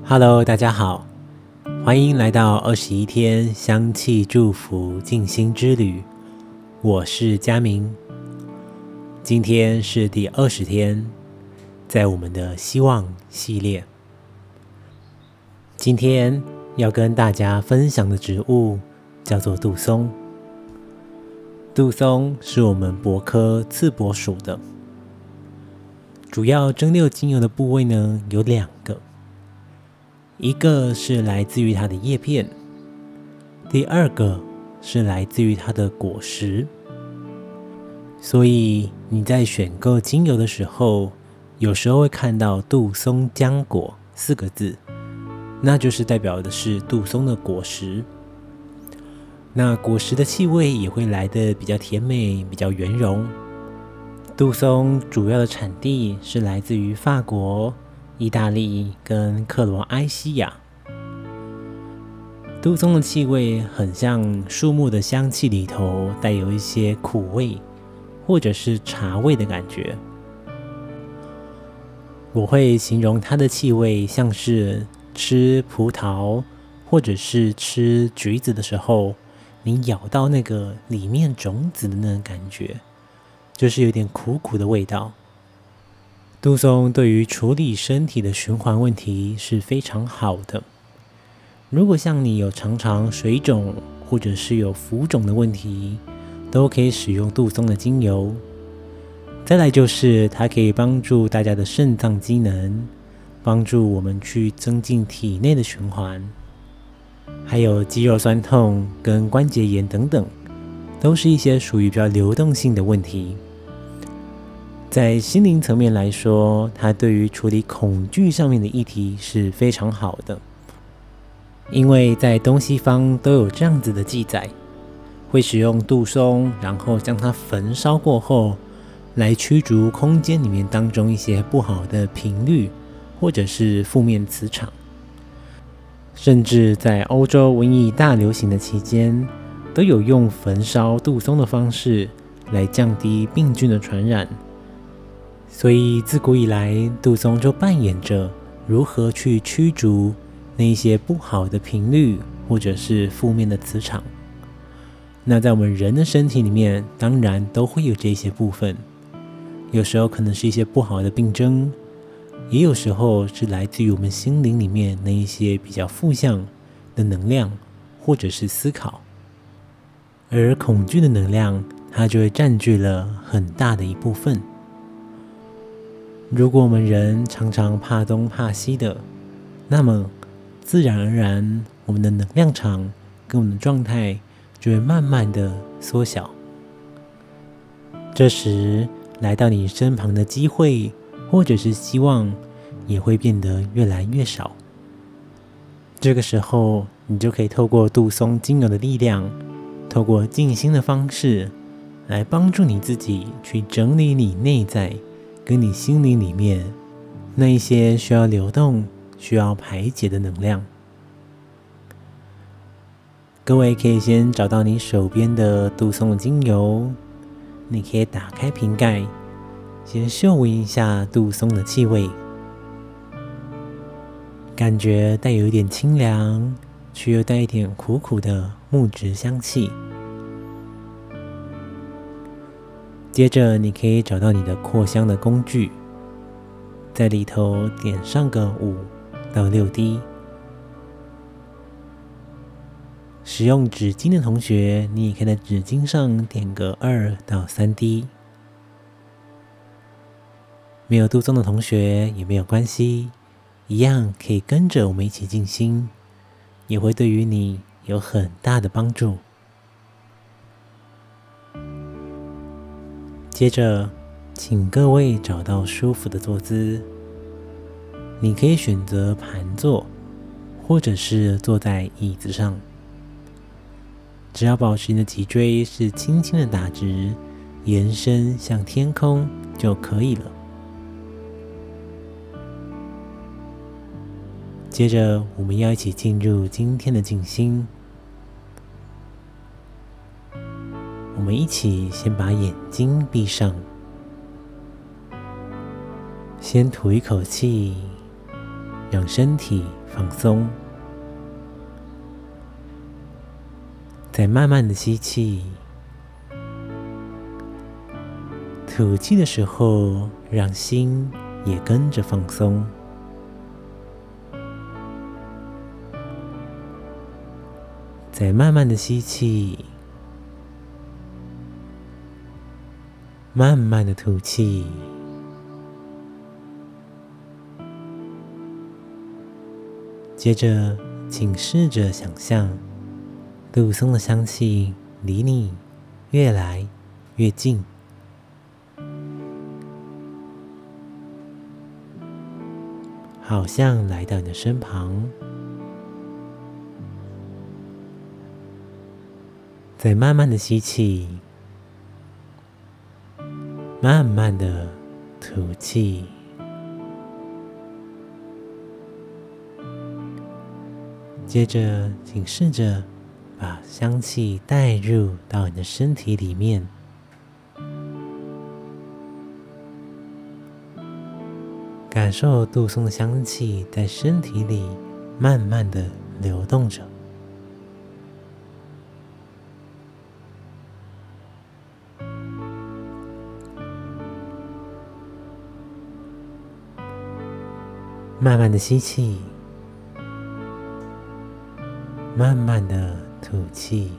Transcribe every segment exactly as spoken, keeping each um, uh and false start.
Hello， 大家好，欢迎来到二十一天香气祝福静心之旅。我是佳明，今天是第二十天，在我们的希望系列。今天要跟大家分享的植物叫做杜松。杜松是我们柏科刺柏属的，主要蒸馏精油的部位呢有两个。一个是来自于它的叶片，第二个是来自于它的果实。所以你在选购精油的时候，有时候会看到杜松浆果四个字，那就是代表的是杜松的果实。那果实的气味也会来得比较甜美，比较圆融。杜松主要的产地是来自于法国、意大利跟克罗埃西亚。杜松的气味很像树木的香气里头带有一些苦味或者是茶味的感觉。我会形容它的气味像是吃葡萄或者是吃橘子的时候，你咬到那个里面种子的那种感觉，就是有点苦苦的味道。杜松对于处理身体的循环问题是非常好的。如果像你有常常水肿或者是有浮肿的问题，都可以使用杜松的精油。再来就是它可以帮助大家的肾脏机能，帮助我们去增进体内的循环，还有肌肉酸痛跟关节炎等等，都是一些属于比较流动性的问题。在心灵层面来说，它对于处理恐惧上面的议题是非常好的，因为在东西方都有这样子的记载，会使用杜松，然后将它焚烧过后，来驱逐空间里面当中一些不好的频率或者是负面磁场。甚至在欧洲瘟疫大流行的期间，都有用焚烧杜松的方式来降低病菌的传染。所以自古以来，杜松就扮演着如何去驱逐那一些不好的频率或者是负面的磁场。那在我们人的身体里面，当然都会有这些部分，有时候可能是一些不好的病症，也有时候是来自于我们心灵里面那一些比较负向的能量或者是思考。而恐惧的能量，它就会占据了很大的一部分。如果我们人常常怕东怕西的，那么自然而然我们的能量场跟我们的状态就会慢慢的缩小。这时来到你身旁的机会或者是希望也会变得越来越少。这个时候你就可以透过杜松精油的力量，透过静心的方式来帮助你自己去整理你内在跟你心灵里面那一些需要流动、需要排解的能量。各位可以先找到你手边的杜松的精油，你可以打开瓶盖，先嗅闻一下杜松的气味，感觉带有一点清凉，却又带一点苦苦的木质香气。接着你可以找到你的扩香的工具，在里头点上个五到六滴。使用纸巾的同学，你也可以在纸巾上点个二到三滴。没有杜松的同学也没有关系，一样可以跟着我们一起静心，也会对于你有很大的帮助。接着请各位找到舒服的坐姿，你可以选择盘坐，或者是坐在椅子上，只要保持你的脊椎是轻轻的打直，延伸向天空就可以了。接着我们要一起进入今天的静心，我们一起先把眼睛闭上，先吐一口气，让身体放松。再慢慢的吸气，吐气的时候，让心也跟着放松。再慢慢的吸气，慢慢的吐气。接着，请试着想象杜松的香气离你越来越近，好像来到你的身旁。再慢慢的吸气，慢慢的吐气。接着，请试着把香气带入到你的身体里面，感受杜松的香气在身体里慢慢的流动着。慢慢的吸气，慢慢的吐气。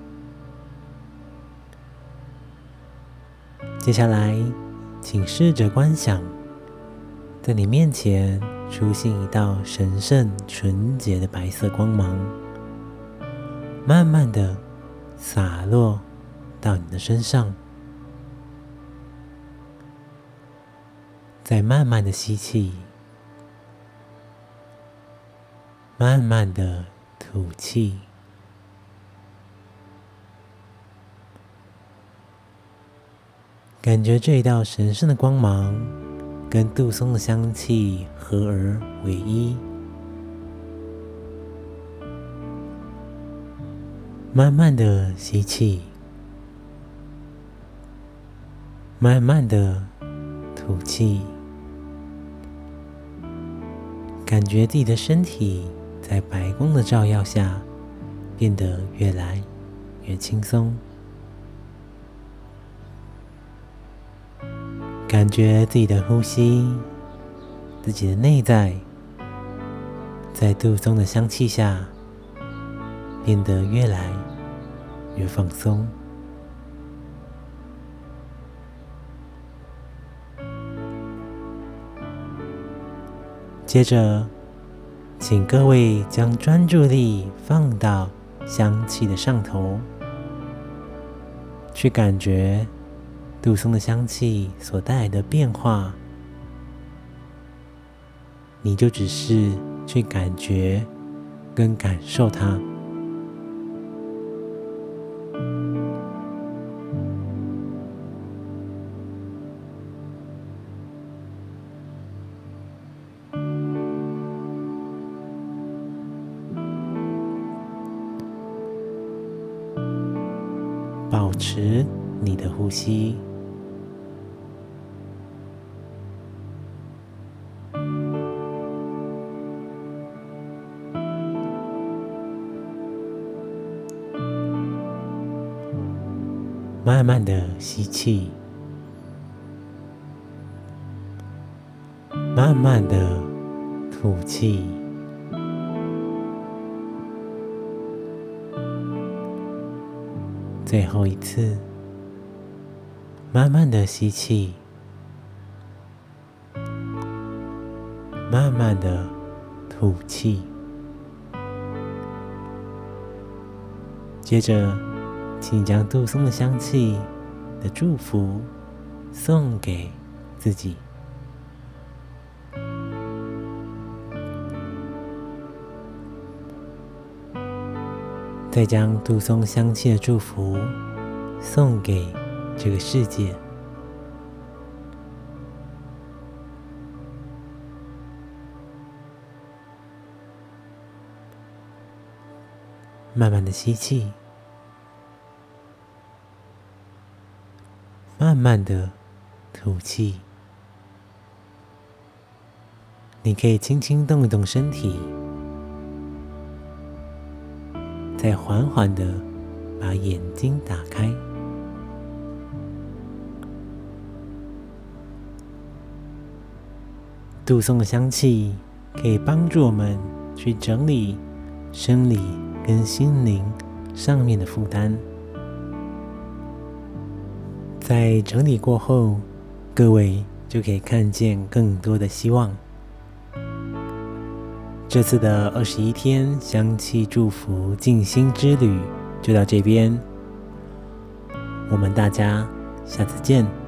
接下来，请试着观想，在你面前出现一道神圣纯洁的白色光芒，慢慢的洒落到你的身上。再慢慢的吸气，慢慢的吐气。感觉这一道神圣的光芒跟杜松的香气合而为一，慢慢的吸气，慢慢的吐气，感觉自己的身体在白光的照耀下变得越来越轻松，感觉自己的呼吸，自己的内在在杜松的香气下变得越来越放松。接着，请各位将专注力放到香气的上头，去感觉杜松的香气所带来的变化。你就只是去感觉跟感受它。保持你的呼吸，慢慢的吸气，慢慢的吐气。最后一次，慢慢的吸气，慢慢的吐气。接着，请将杜松的香气的祝福送给自己。再将杜松香气的祝福送给这个世界。慢慢的吸气，慢慢的吐气。你可以轻轻动一动身体， 再缓缓的把眼睛打开。杜松的香气可以帮助我们去整理生理跟心灵上面的负担。在整理过后，各位就可以看见更多的希望。这次的二十一天香气祝福静心之旅就到这边，我们大家下次见。